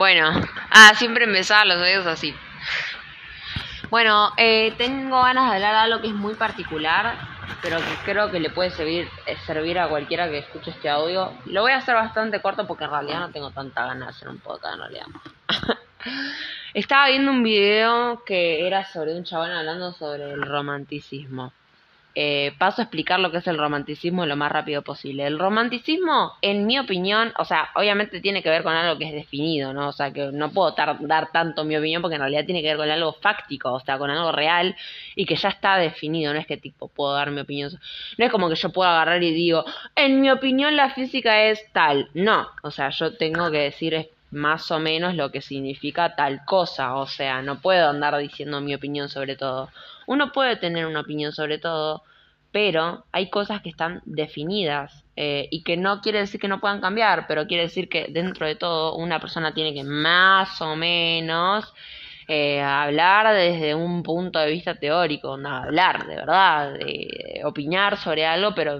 Bueno, siempre empezaba los videos así. Bueno, tengo ganas de hablar de algo que es muy particular, pero que creo que le puede servir a cualquiera que escuche este audio. Lo voy a hacer bastante corto porque en realidad no tengo tanta ganas de hacer un podcast en realidad. Estaba viendo un video que era sobre un chabón hablando sobre el romanticismo. Paso a explicar lo que es el romanticismo lo más rápido posible. El romanticismo, en mi opinión, o sea, obviamente tiene que ver con algo que es definido, ¿no? O sea, que no puedo dar tanto mi opinión porque en realidad tiene que ver con algo fáctico, o sea, con algo real y que ya está definido. No es que tipo puedo dar mi opinión. No es como que yo puedo agarrar y digo, en mi opinión la física es tal. No, o sea, yo tengo que decir más o menos lo que significa tal cosa. O sea, no puedo andar diciendo mi opinión sobre todo. Uno puede tener una opinión sobre todo, pero hay cosas que están definidas y que no quiere decir que no puedan cambiar, pero quiere decir que dentro de todo una persona tiene que más o menos hablar desde un punto de vista teórico, no hablar de verdad, de opinar sobre algo, pero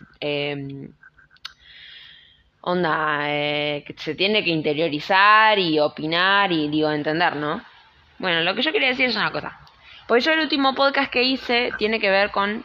que se tiene que interiorizar y opinar y digo entender, ¿no? Bueno, lo que yo quería decir es una cosa. Pues yo el último podcast que hice tiene que ver con...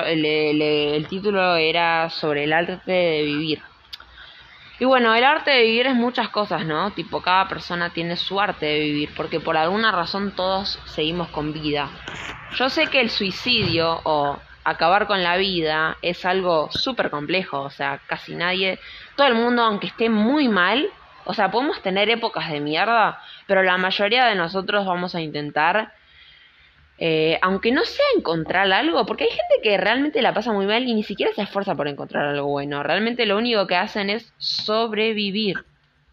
el título era sobre el arte de vivir. Y bueno, el arte de vivir es muchas cosas, ¿no? Tipo, cada persona tiene su arte de vivir, porque por alguna razón todos seguimos con vida. Yo sé que el suicidio o acabar con la vida es algo súper complejo, o sea, casi nadie, todo el mundo, aunque esté muy mal, o sea, podemos tener épocas de mierda, pero la mayoría de nosotros vamos a intentar... aunque no sea encontrar algo, porque hay gente que realmente la pasa muy mal y ni siquiera se esfuerza por encontrar algo bueno. Realmente lo único que hacen es sobrevivir.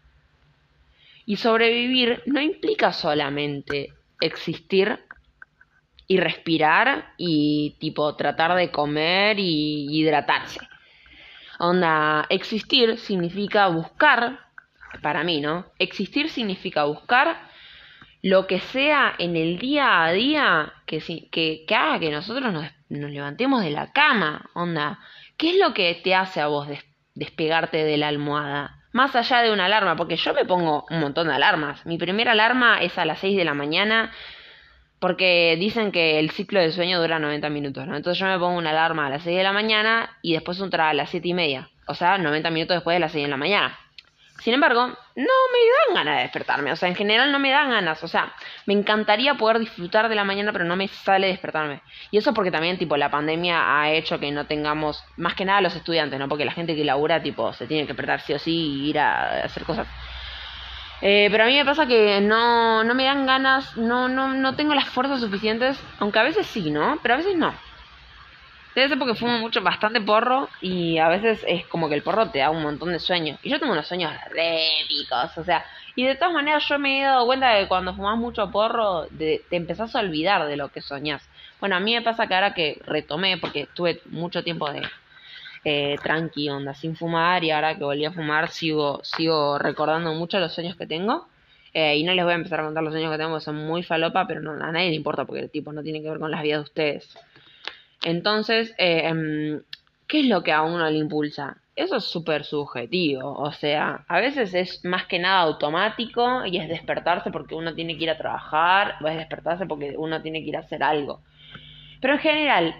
Y sobrevivir no implica solamente existir y respirar y tipo tratar de comer y hidratarse. Onda, existir significa buscar, para mí, ¿no? Existir significa buscar lo que sea en el día a día que haga que nosotros nos levantemos de la cama, onda. ¿Qué es lo que te hace a vos despegarte de la almohada? Más allá de una alarma, porque yo me pongo un montón de alarmas. Mi primera alarma es a las 6 de la mañana, porque dicen que el ciclo del sueño dura 90 minutos, ¿no? Entonces yo me pongo una alarma a las 6 de la mañana y después otra a las 7:30. O sea, 90 minutos después de las 6 de la mañana. Sin embargo, no me dan ganas de despertarme, o sea, en general no me dan ganas, o sea, me encantaría poder disfrutar de la mañana, pero no me sale despertarme. Y eso porque también, tipo, la pandemia ha hecho que no tengamos, más que nada los estudiantes, ¿no? Porque la gente que labura, tipo, se tiene que despertar sí o sí y ir a hacer cosas. Pero a mí me pasa que no me dan ganas, no tengo las fuerzas suficientes, aunque a veces sí, ¿no? Pero a veces no. Debe ser porque fumo bastante porro y a veces es como que el porro te da un montón de sueños. Y yo tengo unos sueños re épicos, o sea, y de todas maneras yo me he dado cuenta de que cuando fumas mucho porro te empezás a olvidar de lo que soñás. Bueno, a mí me pasa que ahora que retomé, porque tuve mucho tiempo de tranqui, onda, sin fumar, y ahora que volví a fumar sigo recordando mucho los sueños que tengo. Y no les voy a empezar a contar los sueños que tengo, que son muy falopa, pero no, a nadie le importa porque el tipo no tiene que ver con las vidas de ustedes. Entonces, ¿qué es lo que a uno le impulsa? Eso es súper subjetivo, o sea, a veces es más que nada automático y es despertarse porque uno tiene que ir a trabajar o es despertarse porque uno tiene que ir a hacer algo. Pero en general,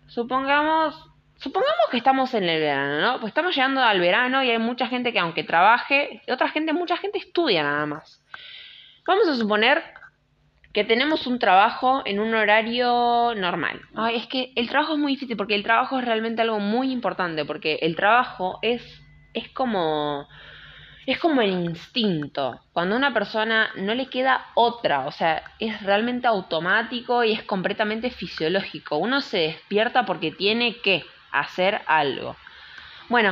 supongamos que estamos en el verano, ¿no? Pues estamos llegando al verano y hay mucha gente que aunque trabaje, mucha gente estudia nada más. Vamos a suponer que tenemos un trabajo en un horario normal. Ay, es que el trabajo es muy difícil porque el trabajo es realmente algo muy importante, porque el trabajo es como el instinto. Cuando a una persona no le queda otra, o sea, es realmente automático y es completamente fisiológico. Uno se despierta porque tiene que hacer algo. Bueno,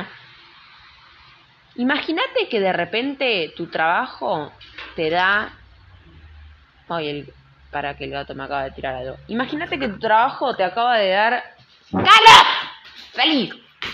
imagínate que de repente tu trabajo te da... Ay, para que el gato me acaba de tirar algo. Imagínate que tu trabajo te acaba de dar... ¡Cala! ¡Salí!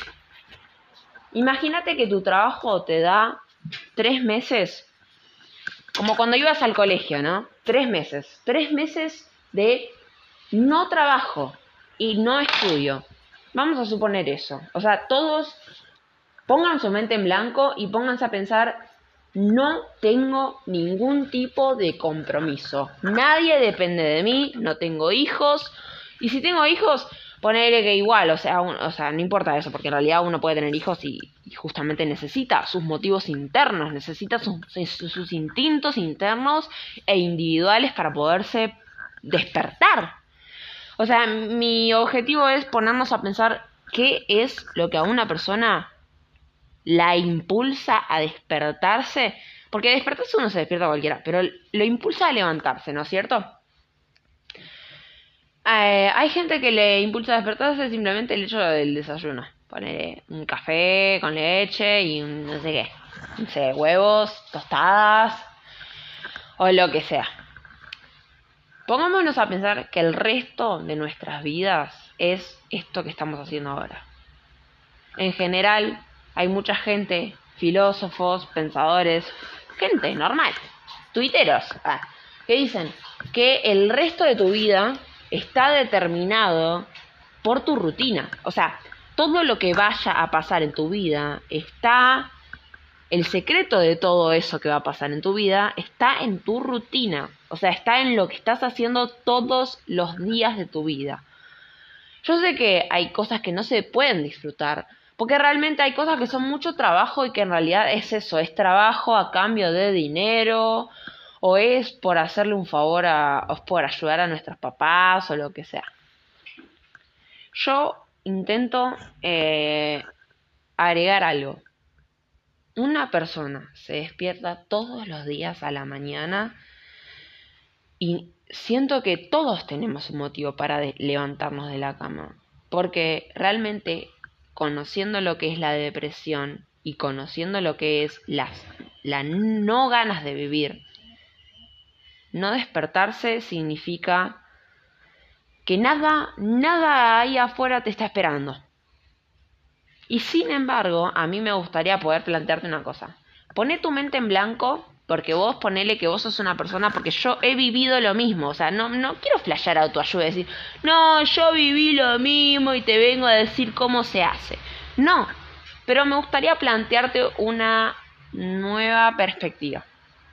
Imagínate que tu trabajo te da 3 meses, como cuando ibas al colegio, ¿no? 3 meses. 3 meses de no trabajo y no estudio. Vamos a suponer eso. O sea, todos pongan su mente en blanco y pónganse a pensar no tengo ningún tipo de compromiso. Nadie depende de mí, no tengo hijos. Y si tengo hijos, ponele que igual, o sea, no importa eso, porque en realidad uno puede tener hijos y justamente necesita sus motivos internos, necesita sus instintos internos e individuales para poderse despertar. O sea, mi objetivo es ponernos a pensar qué es lo que a una persona la impulsa a despertarse. Porque despertarse uno se despierta cualquiera, pero lo impulsa a levantarse, ¿no es cierto? Hay gente que le impulsa a despertarse simplemente el hecho del desayuno. Poner un café con leche y un no sé qué. No sé, huevos, tostadas o lo que sea. Pongámonos a pensar que el resto de nuestras vidas es esto que estamos haciendo ahora. En general, hay mucha gente, filósofos, pensadores, gente normal, tuiteros, que dicen que el resto de tu vida está determinado por tu rutina. O sea, todo lo que vaya a pasar en tu vida está... El secreto de todo eso que va a pasar en tu vida está en tu rutina. O sea, está en lo que estás haciendo todos los días de tu vida. Yo sé que hay cosas que no se pueden disfrutar, porque realmente hay cosas que son mucho trabajo y que en realidad es eso, es trabajo a cambio de dinero, o es por hacerle un favor o por ayudar a nuestros papás o lo que sea. Yo intento agregar algo. Una persona se despierta todos los días a la mañana y siento que todos tenemos un motivo para levantarnos de la cama. Porque realmente, conociendo lo que es la depresión y conociendo lo que es la no ganas de vivir, no despertarse significa que nada ahí afuera te está esperando. Y sin embargo, a mí me gustaría poder plantearte una cosa. Poné tu mente en blanco, porque vos ponele que vos sos una persona, porque yo he vivido lo mismo. O sea, no quiero flashear autoayuda y decir, no, yo viví lo mismo y te vengo a decir cómo se hace. No, pero me gustaría plantearte una nueva perspectiva.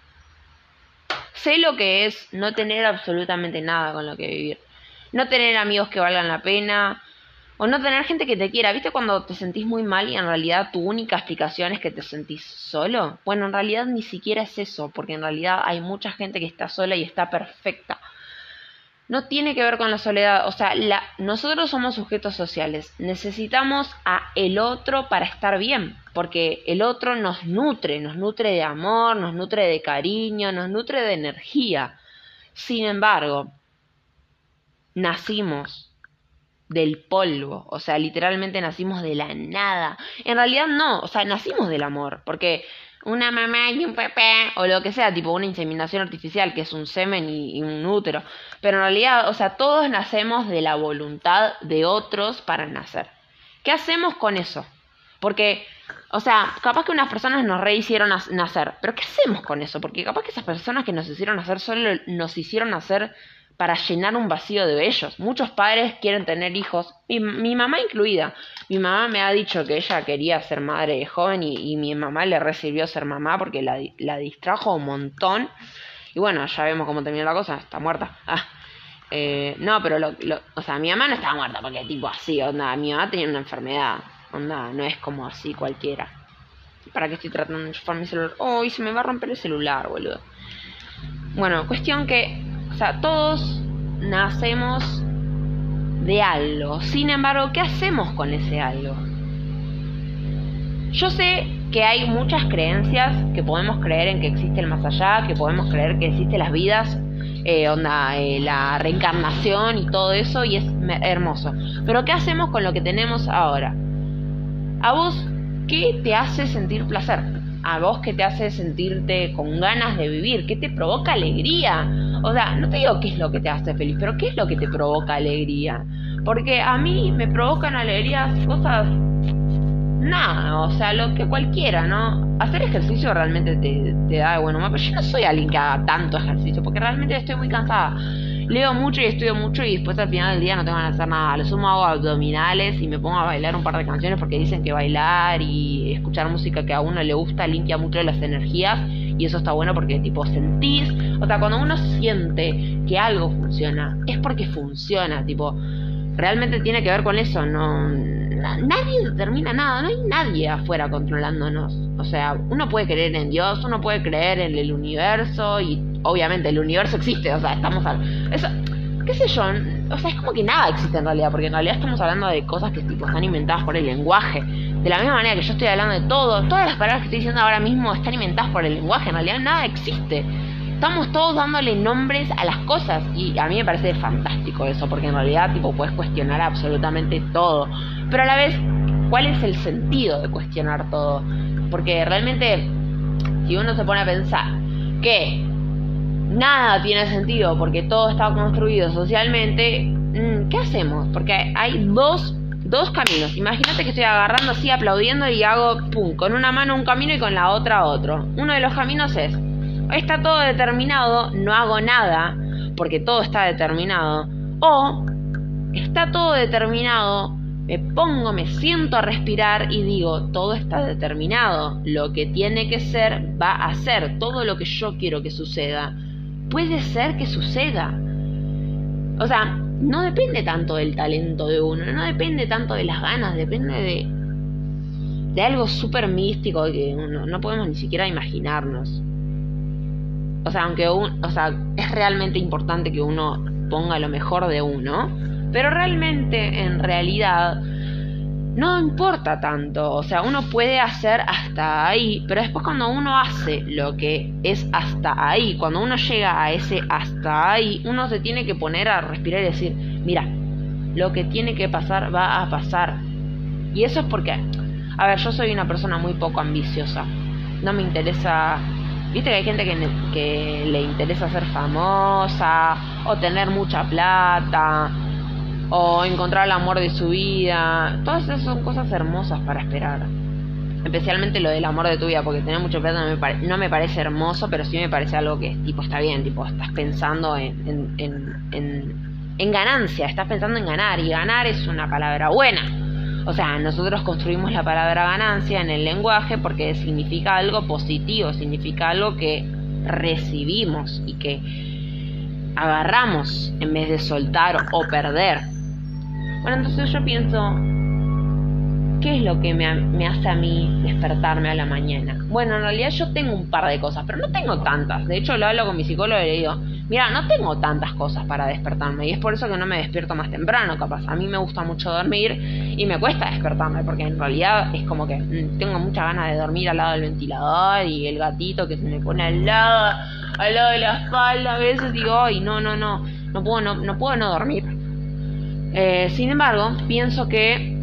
Sé lo que es no tener absolutamente nada con lo que vivir. No tener amigos que valgan la pena... O no tener gente que te quiera. ¿Viste cuando te sentís muy mal y en realidad tu única explicación es que te sentís solo? Bueno, en realidad ni siquiera es eso, porque en realidad hay mucha gente que está sola y está perfecta. No tiene que ver con la soledad. O sea, nosotros somos sujetos sociales. Necesitamos a el otro para estar bien, porque el otro nos nutre de amor, nos nutre de cariño, nos nutre de energía. Sin embargo, nacimos del polvo, o sea, literalmente nacimos de la nada. En realidad no, o sea, nacimos del amor, porque una mamá y un papá, o lo que sea, tipo una inseminación artificial, que es un semen y un útero, pero en realidad, o sea, todos nacemos de la voluntad de otros para nacer. ¿Qué hacemos con eso? Porque, o sea, capaz que unas personas nos rehicieron nacer, pero ¿qué hacemos con eso? Porque capaz que esas personas que nos hicieron nacer solo nos hicieron nacer para llenar un vacío de ellos. Muchos padres quieren tener hijos, mi mamá incluida. Mi mamá me ha dicho que ella quería ser madre de joven y mi mamá le recibió ser mamá porque la distrajo un montón. Y bueno, ya vemos cómo terminó la cosa, está muerta. No, pero o sea, mi mamá no estaba muerta porque tipo así, onda, mi mamá tenía una enfermedad, onda, no es como así cualquiera. ¿Para qué estoy tratando de enchufar mi celular? ¡Oh, y se me va a romper el celular, boludo! Bueno, cuestión que... O sea, todos nacemos de algo. Sin embargo, ¿qué hacemos con ese algo? Yo sé que hay muchas creencias, que podemos creer en que existe el más allá, que podemos creer que existen las vidas, la reencarnación y todo eso, y es hermoso. Pero ¿qué hacemos con lo que tenemos ahora? ¿A vos qué te hace sentir placer? ¿A vos qué te hace sentirte con ganas de vivir? ¿Qué te provoca alegría? O sea, no te digo qué es lo que te hace feliz, pero ¿qué es lo que te provoca alegría? Porque a mí me provocan alegrías cosas... Nada, o sea, lo que cualquiera, ¿no? Hacer ejercicio realmente te da de buen humor, pero yo no soy alguien que haga tanto ejercicio, porque realmente estoy muy cansada. leo mucho y estudio mucho y después al final del día no tengo ganas de hacer nada. A lo sumo hago abdominales y me pongo a bailar un par de canciones porque dicen que bailar y escuchar música que a uno le gusta limpia mucho las energías y eso está bueno porque tipo sentís, o sea, cuando uno siente que algo funciona, es porque funciona, tipo, realmente tiene que ver con eso, nadie determina nada, no hay nadie afuera controlándonos. O sea, uno puede creer en Dios, uno puede creer en el universo y obviamente el universo existe, o sea, eso, qué sé yo, o sea, es como que nada existe en realidad, porque en realidad estamos hablando de cosas que tipo están inventadas por el lenguaje. De la misma manera que yo estoy hablando de todo, todas las palabras que estoy diciendo ahora mismo están inventadas por el lenguaje, en realidad nada existe. Estamos todos dándole nombres a las cosas y a mí me parece fantástico eso, porque en realidad tipo puedes cuestionar absolutamente todo, pero a la vez, ¿cuál es el sentido de cuestionar todo? Porque realmente, si uno se pone a pensar que nada tiene sentido porque todo está construido socialmente, ¿qué hacemos? Porque hay dos caminos. Imagínate que estoy agarrando así, aplaudiendo y hago pum, con una mano un camino y con la otra otro. Uno de los caminos es: está todo determinado, no hago nada porque todo está determinado. O está todo determinado, me pongo, me siento a respirar y digo, todo está determinado. Lo que tiene que ser, va a ser. Todo lo que yo quiero que suceda, puede ser que suceda. O sea, no depende tanto del talento de uno, no depende tanto de las ganas, depende de algo súper místico que no podemos ni siquiera imaginarnos. O sea, es realmente importante que uno ponga lo mejor de uno, pero realmente, en realidad, no importa tanto. O sea, uno puede hacer hasta ahí, pero después cuando uno hace lo que es hasta ahí, cuando uno llega a ese hasta ahí, uno se tiene que poner a respirar y decir, mira, lo que tiene que pasar va a pasar. Y eso es porque, a ver, yo soy una persona muy poco ambiciosa. No me interesa... Viste que hay gente que le interesa ser famosa, o tener mucha plata, o encontrar el amor de su vida. Todas esas son cosas hermosas para esperar. Especialmente lo del amor de tu vida, porque tener mucha plata no me parece hermoso, pero sí me parece algo que tipo está bien, tipo estás pensando en ganancia, estás pensando en ganar, y ganar es una palabra buena. O sea, nosotros construimos la palabra ganancia en el lenguaje porque significa algo positivo, significa algo que recibimos y que agarramos en vez de soltar o perder. Bueno, entonces yo pienso, ¿qué es lo que me hace a mí despertarme a la mañana? Bueno, en realidad yo tengo un par de cosas, pero no tengo tantas. De hecho, lo hablo con mi psicólogo y le digo, mira, no tengo tantas cosas para despertarme. Y es por eso que no me despierto más temprano, capaz. A mí me gusta mucho dormir y me cuesta despertarme, porque en realidad es como que tengo muchas ganas de dormir al lado del ventilador y el gatito que se me pone al lado de la espalda. A veces digo, ay, no puedo no dormir. Sin embargo, pienso que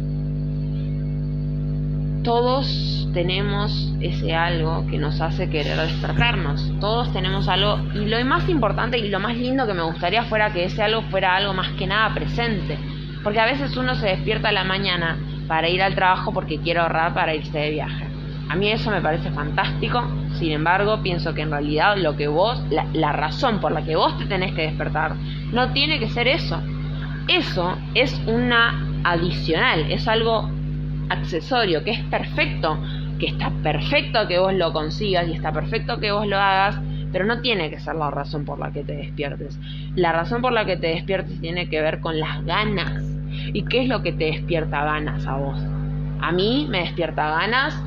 todos tenemos ese algo que nos hace querer despertarnos. Todos tenemos algo, y lo más importante y lo más lindo que me gustaría fuera que ese algo fuera algo más que nada presente. Porque a veces uno se despierta a la mañana para ir al trabajo porque quiere ahorrar para irse de viaje. A mí eso me parece fantástico. Sin embargo, pienso que en realidad lo que la razón por la que vos te tenés que despertar no tiene que ser eso. Eso es una adicional, es algo accesorio, que es perfecto, que está perfecto que vos lo consigas y está perfecto que vos lo hagas, pero no tiene que ser la razón por la que te despiertes. La razón por la que te despiertes tiene que ver con las ganas. ¿Y qué es lo que te despierta ganas a vos? A mí me despierta ganas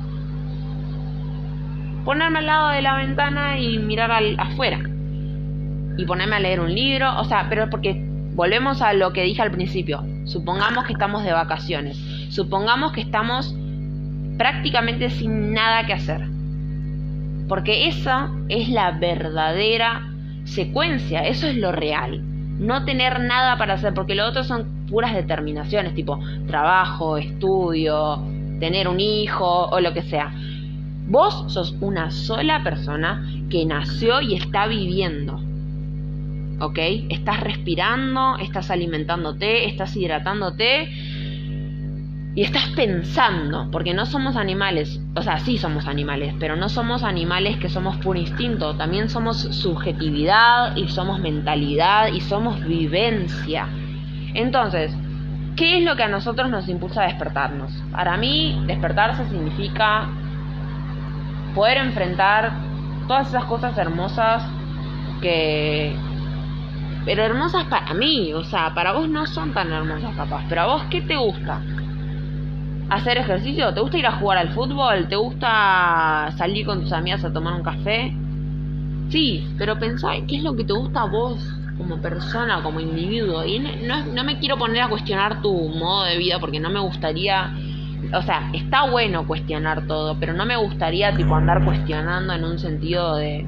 ponerme al lado de la ventana y mirar afuera y ponerme a leer un libro, o sea, pero porque volvemos a lo que dije al principio. Supongamos que estamos de vacaciones, supongamos que estamos prácticamente sin nada que hacer, porque esa es la verdadera secuencia, eso es lo real, no tener nada para hacer, porque lo otro son puras determinaciones, tipo trabajo, estudio, tener un hijo o lo que sea. Vos sos una sola persona que nació y está viviendo, ¿ok? Estás respirando, estás alimentándote, estás hidratándote y estás pensando, porque no somos animales, o sea, sí somos animales, pero no somos animales que somos puro instinto, también somos subjetividad y somos mentalidad y somos vivencia. Entonces, ¿qué es lo que a nosotros nos impulsa a despertarnos? Para mí, despertarse significa poder enfrentar todas esas cosas hermosas pero hermosas para mí, o sea, para vos no son tan hermosas capaz, pero a vos, ¿qué te gusta? ¿Hacer ejercicio? ¿Te gusta ir a jugar al fútbol? ¿Te gusta salir con tus amigas a tomar un café? Sí, pero pensá en qué es lo que te gusta a vos como persona, como individuo. Y no me quiero poner a cuestionar tu modo de vida porque no me gustaría... O sea, está bueno cuestionar todo, pero no me gustaría tipo andar cuestionando en un sentido de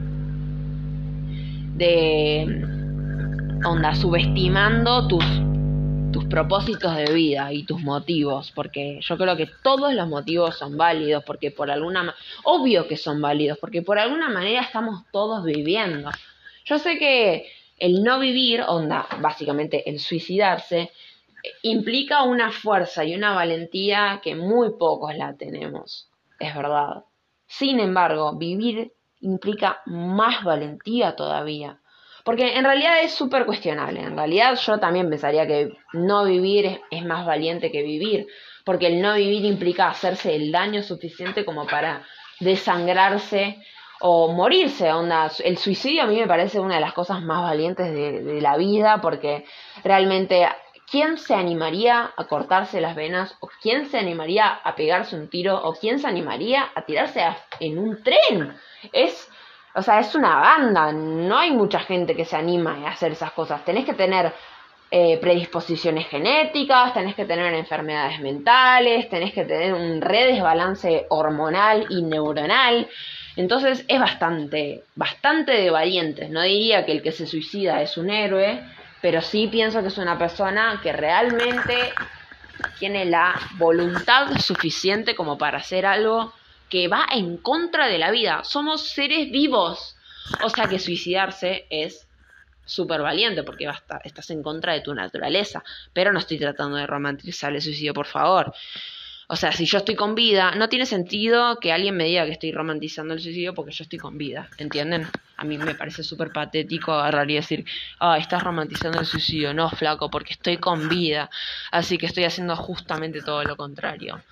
onda, subestimando tus propósitos de vida y tus motivos, porque yo creo que todos los motivos son válidos, porque por obvio que son válidos, porque por alguna manera estamos todos viviendo. Yo sé que el no vivir, onda, básicamente el suicidarse, implica una fuerza y una valentía que muy pocos la tenemos, es verdad. Sin embargo, vivir implica más valentía todavía. Porque en realidad es súper cuestionable. En realidad yo también pensaría que no vivir es más valiente que vivir. Porque el no vivir implica hacerse el daño suficiente como para desangrarse o morirse. Onda, el suicidio a mí me parece una de las cosas más valientes de la vida. Porque realmente, ¿quién se animaría a cortarse las venas? ¿O quién se animaría a pegarse un tiro? ¿O quién se animaría a tirarse en un tren? O sea, es una banda, no hay mucha gente que se anima a hacer esas cosas. Tenés que tener predisposiciones genéticas, tenés que tener enfermedades mentales, tenés que tener un redesbalance hormonal y neuronal. Entonces es bastante de valientes. No diría que el que se suicida es un héroe, pero sí pienso que es una persona que realmente tiene la voluntad suficiente como para hacer algo que va en contra de la vida. Somos seres vivos. O sea que suicidarse es súper valiente porque estás en contra de tu naturaleza. Pero no estoy tratando de romantizar el suicidio, por favor. O sea, si yo estoy con vida, no tiene sentido que alguien me diga que estoy romantizando el suicidio porque yo estoy con vida. ¿Entienden? A mí me parece súper patético agarrar y decir, estás romantizando el suicidio. No, flaco, porque estoy con vida. Así que estoy haciendo justamente todo lo contrario.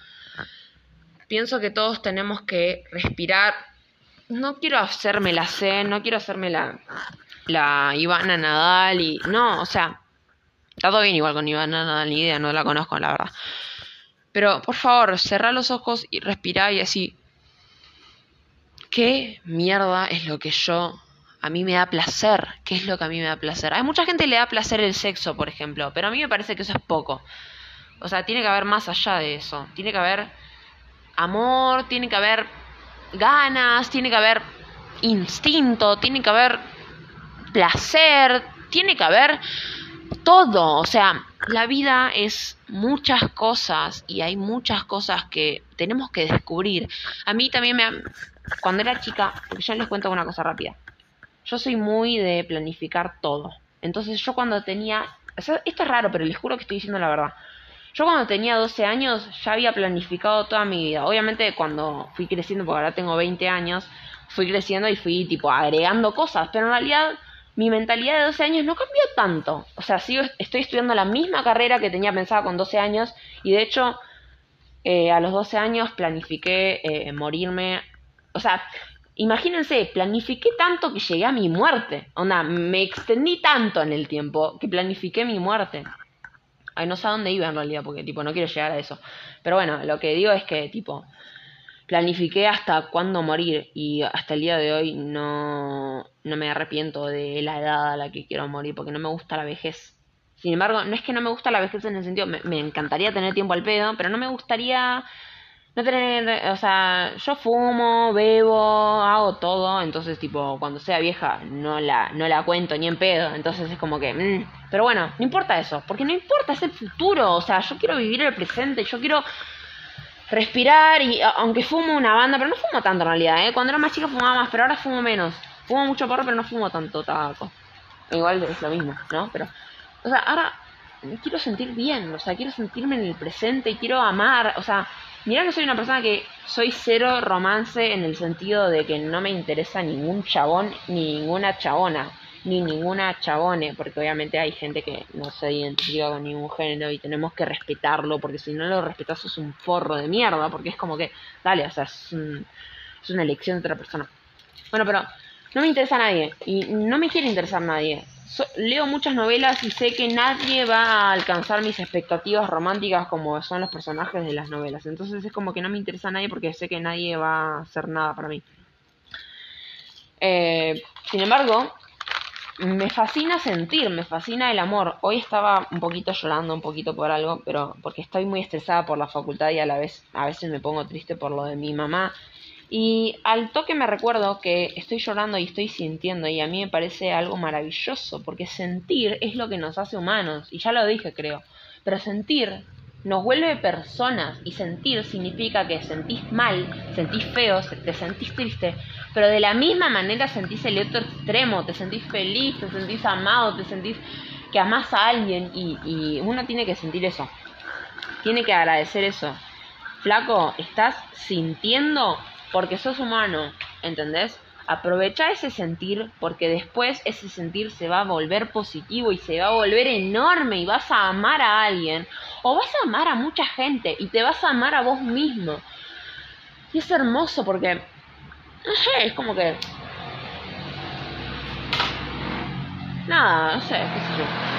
Pienso que todos tenemos que respirar. No quiero hacerme la zen, no quiero hacerme la Ivana Nadal y... No, o sea, está todo bien igual con Ivana Nadal, ni idea, no la conozco, la verdad. Pero, por favor, cerrá los ojos y respirá y así... ¿Qué mierda es lo que a mí me da placer? ¿Qué es lo que a mí me da placer? Hay mucha gente que le da placer el sexo, por ejemplo, pero a mí me parece que eso es poco. O sea, tiene que haber más allá de eso. Tiene que haber amor, tiene que haber ganas, tiene que haber instinto, tiene que haber placer, tiene que haber todo. O sea, la vida es muchas cosas y hay muchas cosas que tenemos que descubrir. A mí también cuando era chica, porque yo les cuento una cosa rápida, yo soy muy de planificar todo. Entonces yo cuando tenía... O sea, esto es raro, pero les juro que estoy diciendo la verdad. Yo cuando tenía 12 años ya había planificado toda mi vida. Obviamente cuando fui creciendo, porque ahora tengo 20 años, fui creciendo y fui tipo agregando cosas. Pero en realidad mi mentalidad de 12 años no cambió tanto. O sea, estoy estudiando la misma carrera que tenía pensada con 12 años. Y de hecho, a los 12 años planifiqué morirme. O sea, imagínense, planifiqué tanto que llegué a mi muerte. Onda, me extendí tanto en el tiempo que planifiqué mi muerte. Ay, no sé a dónde iba en realidad, porque tipo no quiero llegar a eso. Pero bueno, lo que digo es que tipo planifiqué hasta cuándo morir y hasta el día de hoy no me arrepiento de la edad a la que quiero morir, porque no me gusta la vejez. Sin embargo, no es que no me gusta la vejez en el sentido, me encantaría tener tiempo al pedo, pero no me gustaría no tener, o sea, yo fumo, bebo, hago todo, entonces tipo, cuando sea vieja no la cuento ni en pedo, entonces es como que, pero bueno, no importa eso, porque no importa, es el futuro, o sea, yo quiero vivir el presente, yo quiero respirar y aunque fumo una banda, pero no fumo tanto en realidad, cuando era más chica fumaba más, pero ahora fumo menos, fumo mucho porro pero no fumo tanto tabaco, igual es lo mismo, ¿no? Pero, o sea, ahora quiero sentir bien, o sea, quiero sentirme en el presente y quiero amar, o sea, mirá que soy una persona que soy cero romance en el sentido de que no me interesa ningún chabón ni ninguna chabona, ni ninguna chabone, porque obviamente hay gente que no se identifica con ningún género y tenemos que respetarlo, porque si no lo respetas sos un forro de mierda, porque es como que, dale, o sea, es una elección de otra persona. Bueno, pero no me interesa a nadie y no me quiere interesar nadie. Leo muchas novelas y sé que nadie va a alcanzar mis expectativas románticas como son los personajes de las novelas. Entonces es como que no me interesa a nadie porque sé que nadie va a hacer nada para mí. Sin embargo, me fascina sentir, me fascina el amor. Hoy estaba un poquito llorando, un poquito por algo, pero porque estoy muy estresada por la facultad y a la vez a veces me pongo triste por lo de mi mamá. Y al toque me recuerdo que estoy llorando y estoy sintiendo y a mí me parece algo maravilloso, porque sentir es lo que nos hace humanos, y ya lo dije creo, pero sentir nos vuelve personas y sentir significa que sentís mal, sentís feo, te sentís triste, pero de la misma manera sentís el otro extremo, te sentís feliz, te sentís amado, te sentís que amás a alguien y uno tiene que sentir eso, tiene que agradecer eso. Flaco, estás sintiendo porque sos humano, ¿entendés? Aprovecha ese sentir porque después ese sentir se va a volver positivo y se va a volver enorme y vas a amar a alguien o vas a amar a mucha gente y te vas a amar a vos mismo. Y es hermoso porque, no sé, es como que... Nada, no sé, qué sé yo.